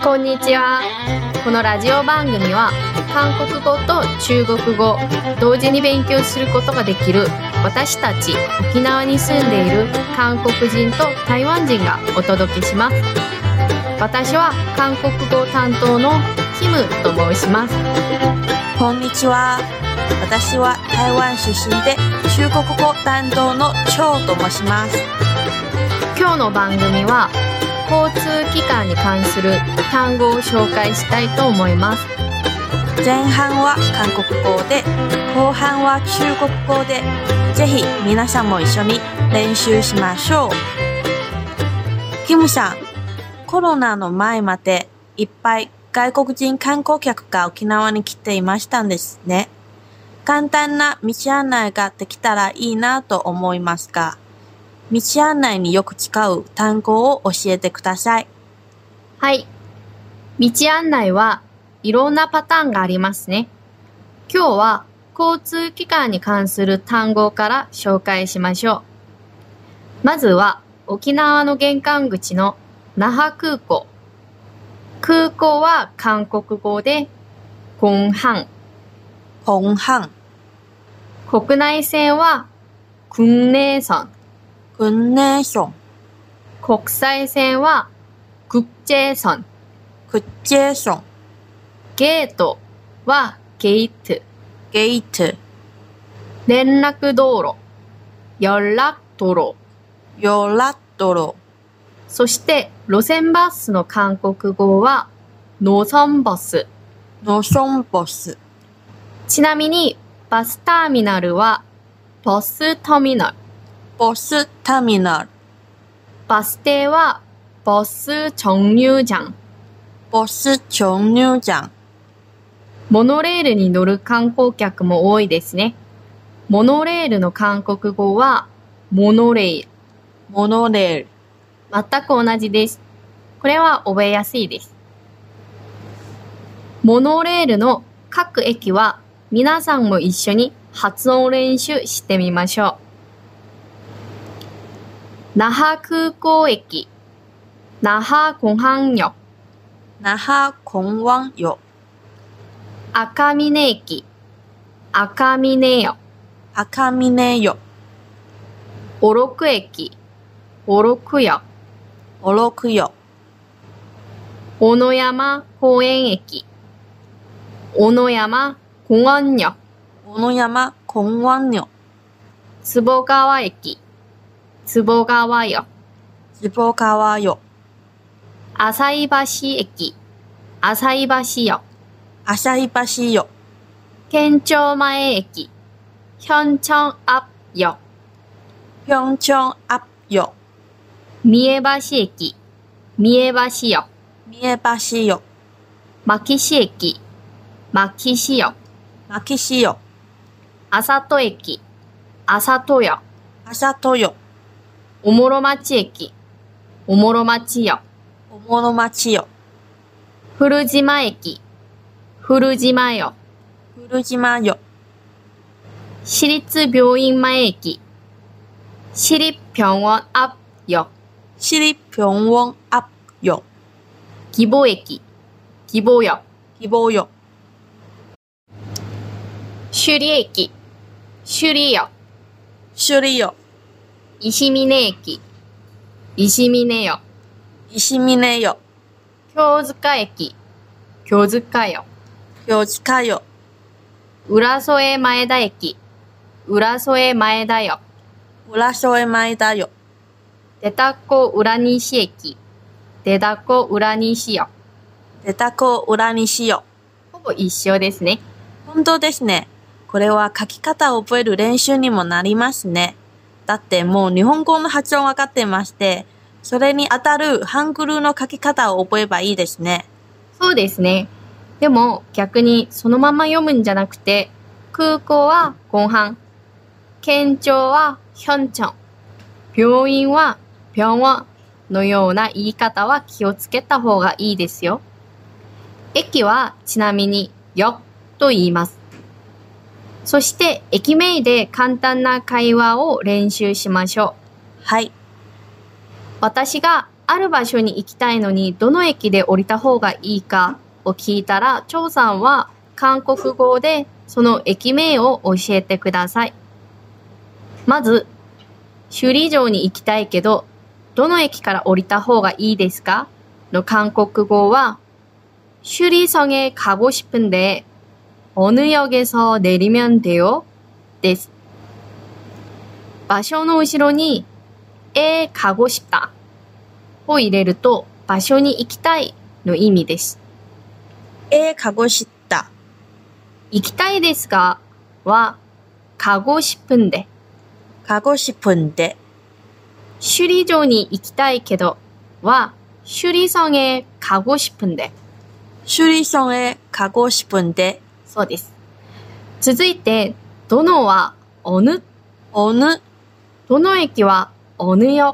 こんにちは。このラジオ番組は韓国語と中国語同時に勉強することができる私たち沖縄に住んでいる韓国人と台湾人がお届けします。私は韓国語担当のキムと申します。 こんにちは。私は台湾出身で中国語担当のチョウと申します。 今日の番組は交通機関に関する単語を紹介したいと思います。 前半は韓国語で、後半は中国語で、ぜひ皆さんも一緒に練習しましょう。キムさん、コロナの前までいっぱい外国人観光客が沖縄に来ていましたんですね。簡単な道案内ができたらいいなと思いますが、道案内によく使う単語を教えてください。 はい。道案内はいろんなパターンがありますね。今日は交通機関に関する単語から紹介しましょう。まずは沖縄の玄関口の那覇空港。空港は韓国語で공항。 공항。 国内線は국내선。 국내선。 国際線は국제선。 국제선。 ゲートはゲート。 ゲート。 連絡道路、연락도로。 연락도로。 そして路線バスの韓国語は노선버스。 노선버스。 ちなみにバスターミナルは버스터미널。 버스터미널。 バス停は버스정류장。 버스정류장。 モノレールに乗る観光客も多いですね。モノレールの韓国語はモノレール。 モノレール。 全く同じです。これは覚えやすいです。モノレールの各駅は皆さんも一緒に発音練習してみましょう。那覇空港駅、那覇공항역、 那覇공항역。 赤峰駅、赤峰역、 赤峰역。 오로크駅、오로크 역、 오로크 역。 小野山公園駅、小野山公園역、 小野山公園역。 坪川駅、坪川역、 坪川역。 旭橋駅、旭橋역、 旭橋역。 県庁前駅、현청 앞역、 평청 앞역。 三重橋駅、三重橋역、 三重橋역。 牧志駅、牧志역、 牧志역。 安里駅、安里역、 安里역。 おもろ町駅、おもろ町역、 おもろ町역。 古島駅、古島역、 古島역。 市立病院前駅、市立병원 앞역、 市立병원 앞역。 義母駅、義母역、 義母역。 首里駅、首里역、 首里역。 石峰駅、石峰역、 石峰역。 京塚駅、京塚역、 京塚역。 浦添前田駅、浦添前田역、 浦添前田역。 出田子浦西駅、出田子浦西역。 出田子浦西역。 ほぼ一緒ですね。 本当ですね。これは書き方を覚える練習にもなりますね。だってもう日本語の発音わかってまして、それに当たるハングルの書き方を覚えばいいですね。 そうですね。でも逆にそのまま読むんじゃなくて、空港は공항、県庁は현청、病院は병원のような言い方は気をつけた方がいいですよ。駅はちなみに역と言います。そして駅名で簡単な会話を練習しましょう。 はい。 私がある場所に行きたいのにどの駅で降りた方がいいかを聞いたら、張さんは韓国語でその駅名を教えてください。まず、首里城に行きたいけど、どの駅から降りた方がいいですかの韓国語は、首里성에 가고 싶은데 어느 역에서 내리면 돼요? です。場所の後ろに、가고 싶다を入れると、場所に行きたいの意味です。 가고 싶다。 行きたいですかは、가고 싶은데。 가고 싶은데。 首里城に行きたいけどは、首里성에 가고 싶은데。 首里성에 가고 싶은데。 そうです。続いて、どのは、어느。 어느。 どの駅は、어느역。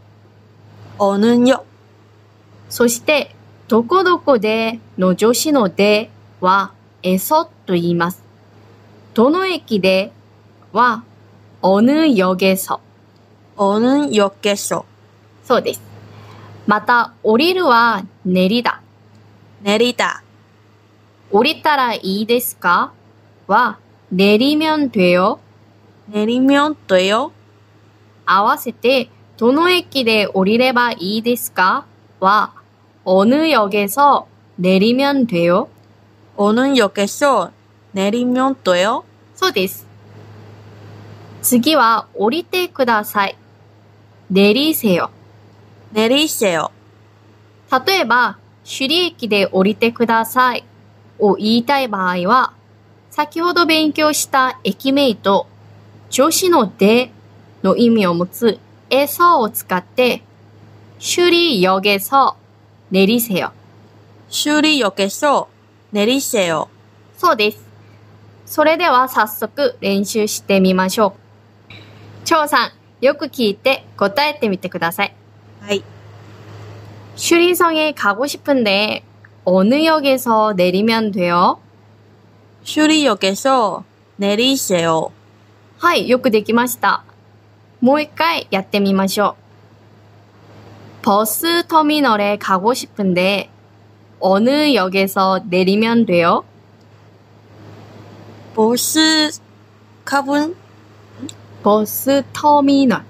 어느역。 そして、どこどこでの助詞のでは、에서と言います。どの駅では、어느역에서。 어느역에서。 そうです。また、降りるは、내리다。 내리다。 降りたらいいですかは、내리면 돼요。 내리면 돼요。 合わせて、どの駅で降りればいいですかは、어느역에서 내리면 돼요。 어느역에서 내리면 돼요。 そうです。次は、降りてください。내리세요。 내리세요。 例えば、首里駅で降りてくださいを言いたい場合は、先ほど勉強した駅名と助詞のでの意味を持つ에서を使って、首里역에서 내리세요。 首里역에서 내리세요。 そうです。それでは早速練習してみましょう。張さん、よく聞いて答えてみてください。 はい。 首里성에 가고 싶은데 어느 역에서 내리면 돼요? 首里역에서 내리세요。 はい、よくできました。もう一回やってみましょう。버스터미널에 가고 싶은데 어느 역에서 내리면 돼요? 버스터미널。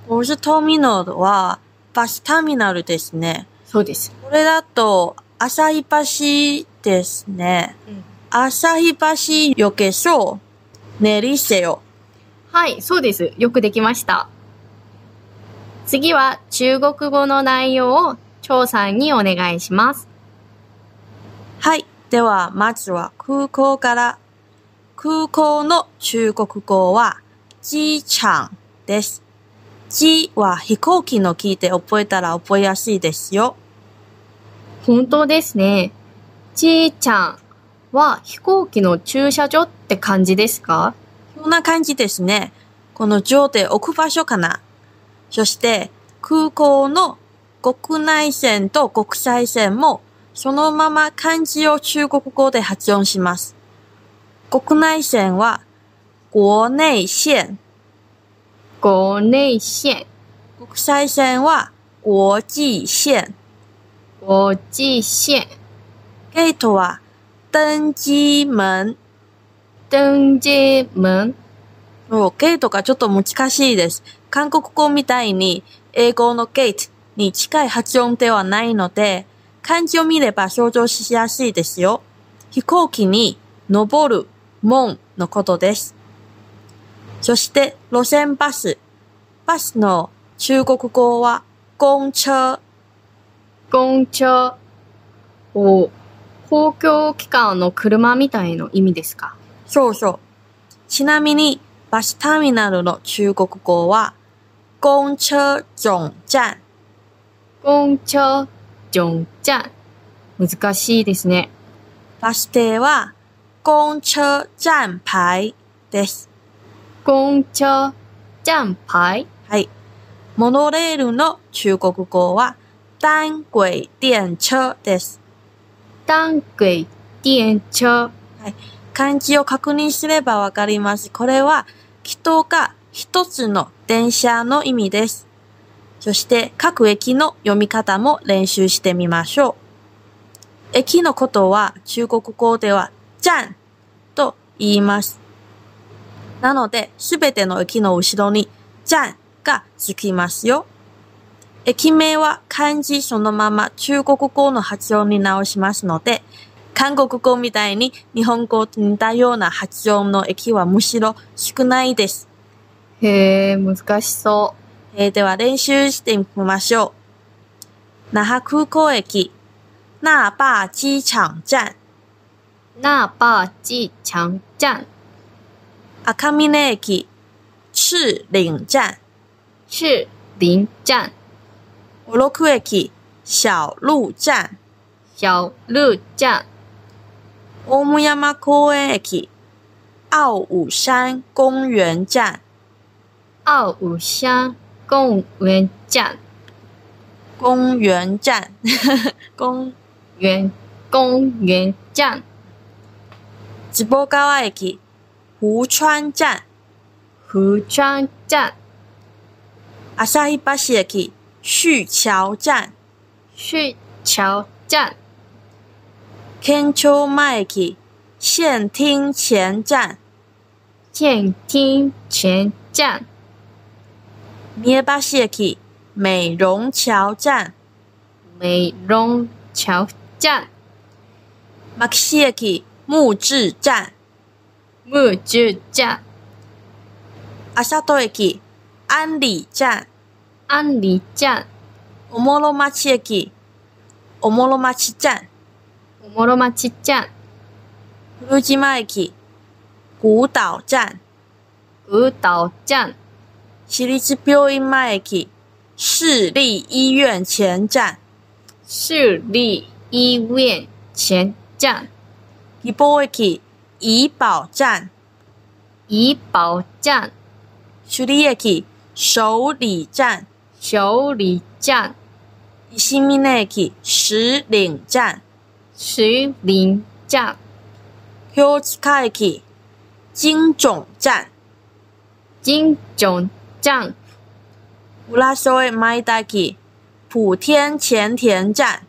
버스터미널はバスターミナルですね。 そうです。 これだと旭橋ですね。旭橋역에서 내리세요。 はい、そうです。よくできました。次は中国語の内容を張さんにお願いします。 はい。では、まずは空港から。空港の中国語は、機場です。機は飛行機の聞いて覚えたら覚えやすいですよ。 本当ですね。機場は飛行機の駐車場って感じですか？ そんな感じですね。この場で置く場所かな。そして空港の国内線と国際線もそのまま漢字を中国語で発音します。国内線は国内線。 国内線。 国際線は国際線。 国際線。 ゲートは登機門。 登機門。 ゲートがちょっと難しいです。韓国語みたいに英語のゲートに近い発音ではないので、漢字を見れば想像しやすいですよ。飛行機に登る門のことです。そして路線バス。バスの中国語は公車。 公車。公共機関の車みたいの意味ですか？ そうそう。ちなみにバスターミナルの中国語は公車總站。 公車總站。難しいですね。 バス停は公車站牌です。 公車站牌。 はい。モノレールの中国語は单轨電車です。 单轨電車。 はい。漢字を確認すればわかります。これは人が一つの電車の意味です。 そして各駅の読み方も練習してみましょう。駅のことは中国語では站と言います。なので、すべての駅の後ろに站がつきますよ。駅名は漢字そのまま中国語の発音に直しますので、韓国語みたいに日本語と似たような発音の駅はむしろ少ないです。 へえ、難しそう。 では練習してみましょう。那覇空港駅、那霸機場站、 那霸機場站、 赤峰駅、赤嶺站、 赤嶺站、 小禄駅、小鹿站、 小鹿站、 大武山公園駅、奥武山公園站、 奥武山公園站、 公園站、公園站、 坪川駅、福川站、 福川站、 旭橋駅、旭橋站、 旭橋站、 県庁前駅、县厅前站、 県廳前站、 三重橋駅、美容橋站、 美容橋站、 牧志駅、木質站、 木質站、 安里駅、安里站、 安里站、 おもろ町駅、おもろ町站、 おもろ町站、 古島駅、古島站、 古島站、 私立病院前駅、市立医院前站、 市立医院前站、 宜保駅、怡保站、 怡保站、 首里駅、首里站、 首里站、 石峰駅、石嶺站、 石林站、 京塚駅、金總站、 金總站、 浦添前田駅、普天前田站、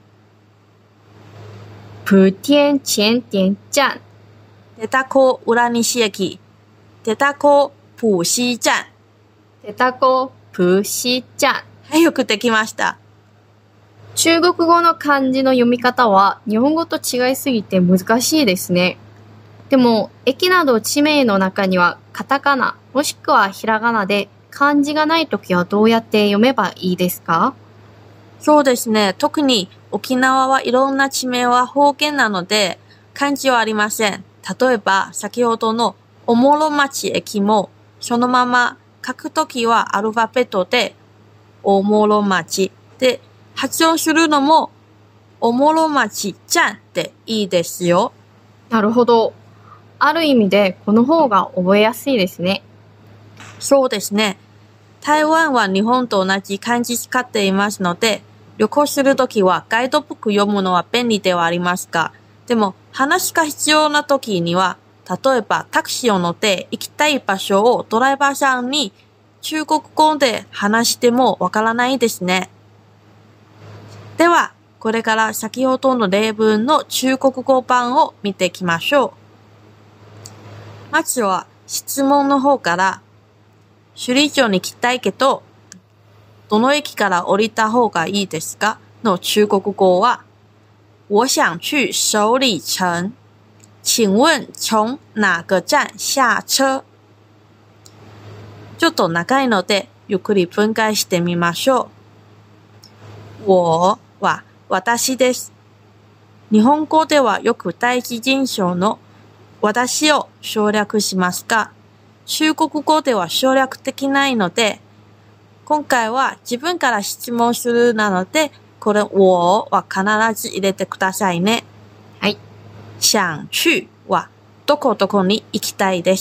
普天前田站、 出田港浦西駅、出田港浦西站。 出田港浦西站。 はい、よくできました。 中国語の漢字の読み方は日本語と違いすぎて難しいですね。でも、駅など地名の中にはカタカナもしくはひらがなで漢字がないときはどうやって読めばいいですか？ そうですね。特に沖縄はいろんな地名は方言なので漢字はありません。例えば先ほどのおもろ町駅もそのまま書くときはアルファベットでおもろ町で発音するのもおもろ町ちゃんっていいですよ。 なるほど。ある意味でこの方が覚えやすいですね。 そうですね。台湾は日本と同じ漢字使っていますので、旅行するときはガイドブック読むのは便利ではありますが、でも話が必要なときには、例えばタクシーを乗って行きたい場所をドライバーさんに中国語で話してもわからないですね。では、これから先ほどの例文の中国語版を見ていきましょう。まずは質問の方から、首里城に行きたいけど、どの駅から降りた方がいいですかの中国語は、我想去首里城。請問從哪個站下車？ちょっと長いので、ゆっくり分解してみましょう。我は私です。日本語ではよく第一人称の私を省略しますが、中国語では省略できないので、今回は自分から質問するなので、これ我は必ず入れてくださいね。 はい。 想去はどこどこに行きたいです。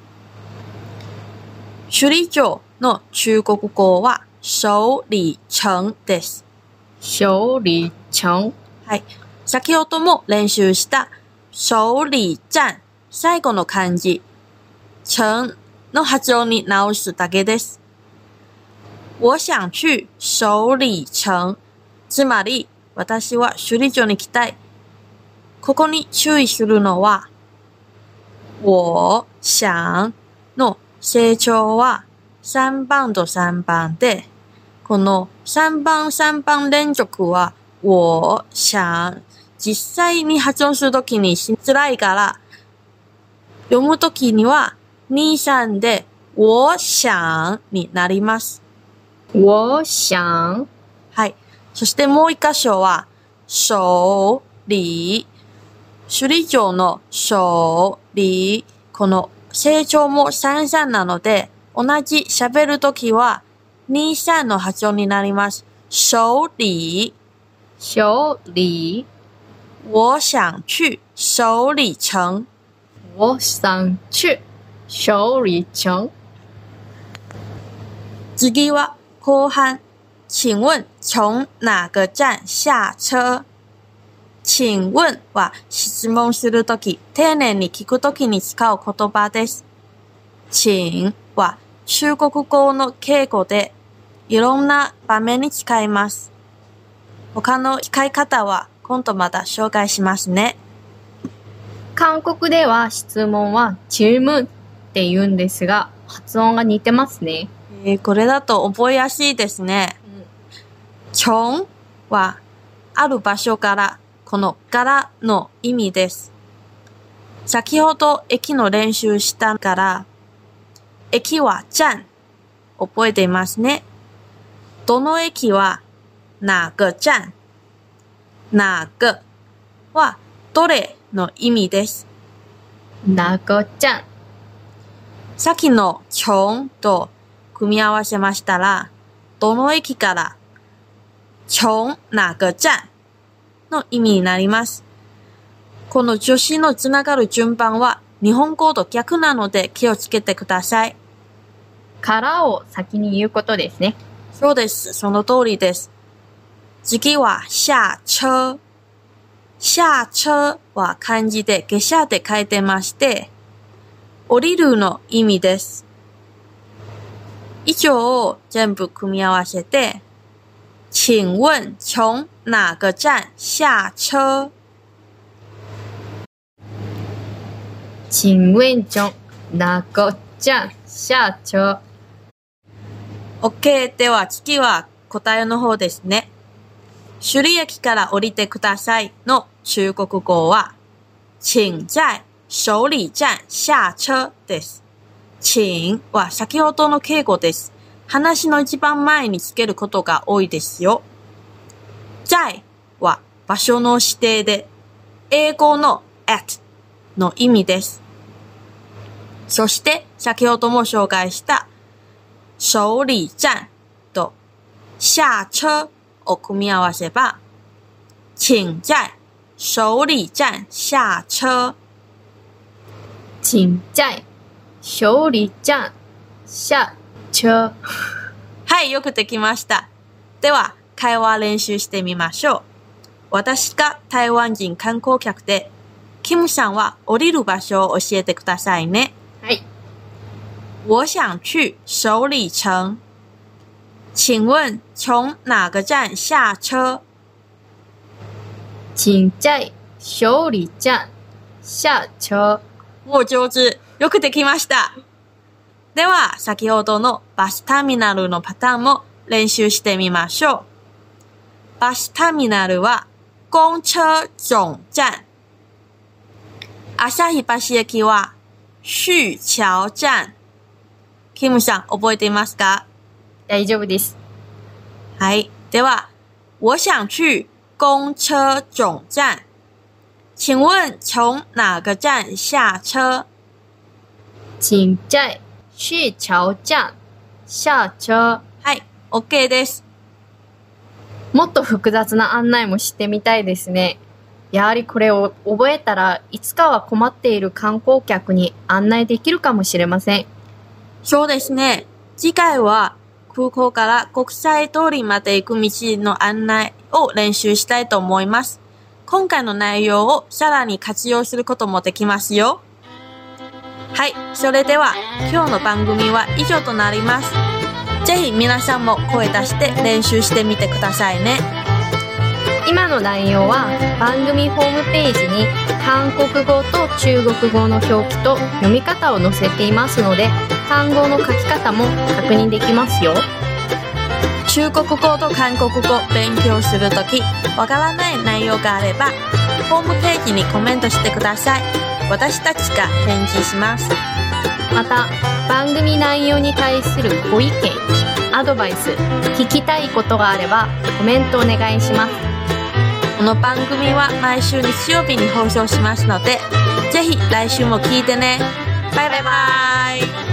首里城の中国語は首里城です。 首里城。 はい。先ほども練習した首里站、最後の漢字、城の発音に直すだけです。 我想去首里城。つまり、私は首里城に行きたい。ここに注意するのは、我想の成長は3番と3番で、この3番3番連続は、我想、実際に発音するときにしづらいから、読むときには2、3で、我想になります。 我想。 はい。そしてもう一箇所は、首里。首里城の首里。この成長も3、3なので、同じ喋るときは、2、3の発音になります。首里。 首里。 我想去首里城。 我想去首里城。 次は後半。请问从哪个站下車？请問は質問するとき、丁寧に聞くときに使う言葉です。請は中国語の敬語で、いろんな場面に使います。他の使い方は今度また紹介しますね。 韓国では質問は질문って言うんですが、発音が似てますね。 これだと覚えやすいですね。从はある場所から、このからの意味です。先ほど駅の練習したから、駅は站、覚えていますね。どの駅は哪个站、哪个はどれの意味です。 哪个站。 さっきの从と組み合わせましたら、どの駅から从哪个站の意味になります。この助詞のつながる順番は日本語と逆なので気をつけてください。 からを先に言うことですね。 そうです。その通りです。次は下車。下車は漢字で下車って書いてまして、降りるの意味です。以上を全部組み合わせて、请问从哪个站下車？ 请问从哪个站下車？ OK。では次は答えの方ですね。首里駅から降りてくださいの中国語は、請在首里站下車です。請は先ほどの敬語です。話の一番前につけることが多いですよ。在は場所の指定で、英語の at の意味です。そして先ほども紹介した首里站と下車を組み合わせば、請在首里站下車。 请在首里站下車。 はい、よくできました。では、会話練習してみましょう。私が台湾人観光客で、キムさんは降りる場所を教えてくださいね。 はい。 我想去首里城。请问从哪个站下車？ 请在首里站下車。 もう上手。よくできました。では、先ほどのバスターミナルのパターンも練習してみましょう。バスターミナルは、公車總站。旭橋駅は、旭橋站。キムさん、覚えていますか？ 大丈夫です。 はい。では、我想去公車總站。请问从哪个站下車？ 请在旭橋站下車。 はい、OK です。 もっと複雑な案内もしてみたいですね。やはりこれを覚えたらいつかは困っている観光客に案内できるかもしれません。 そうですね。次回は空港から国際通りまで行く道の案内を練習したいと思います。今回の内容をさらに活用することもできますよ。はい、それでは今日の番組は以上となります。这ぜひ皆さんも声出して練習してみてくださいね。 今の内容は番組ホームページに韓国語と中国語の表記と読み方を載せていますので、単語の書き方も確認できますよ。 中国語と韓国語勉強するとき、わからない内容があれば、ホームページにコメントしてください。私たちが返事します。 また、番組内容に対するご意見、アドバイス、聞きたいことがあればコメントお願いします。 この番組は毎週日曜日に放送しますので、ぜひ来週も聞いてね。バイバイ。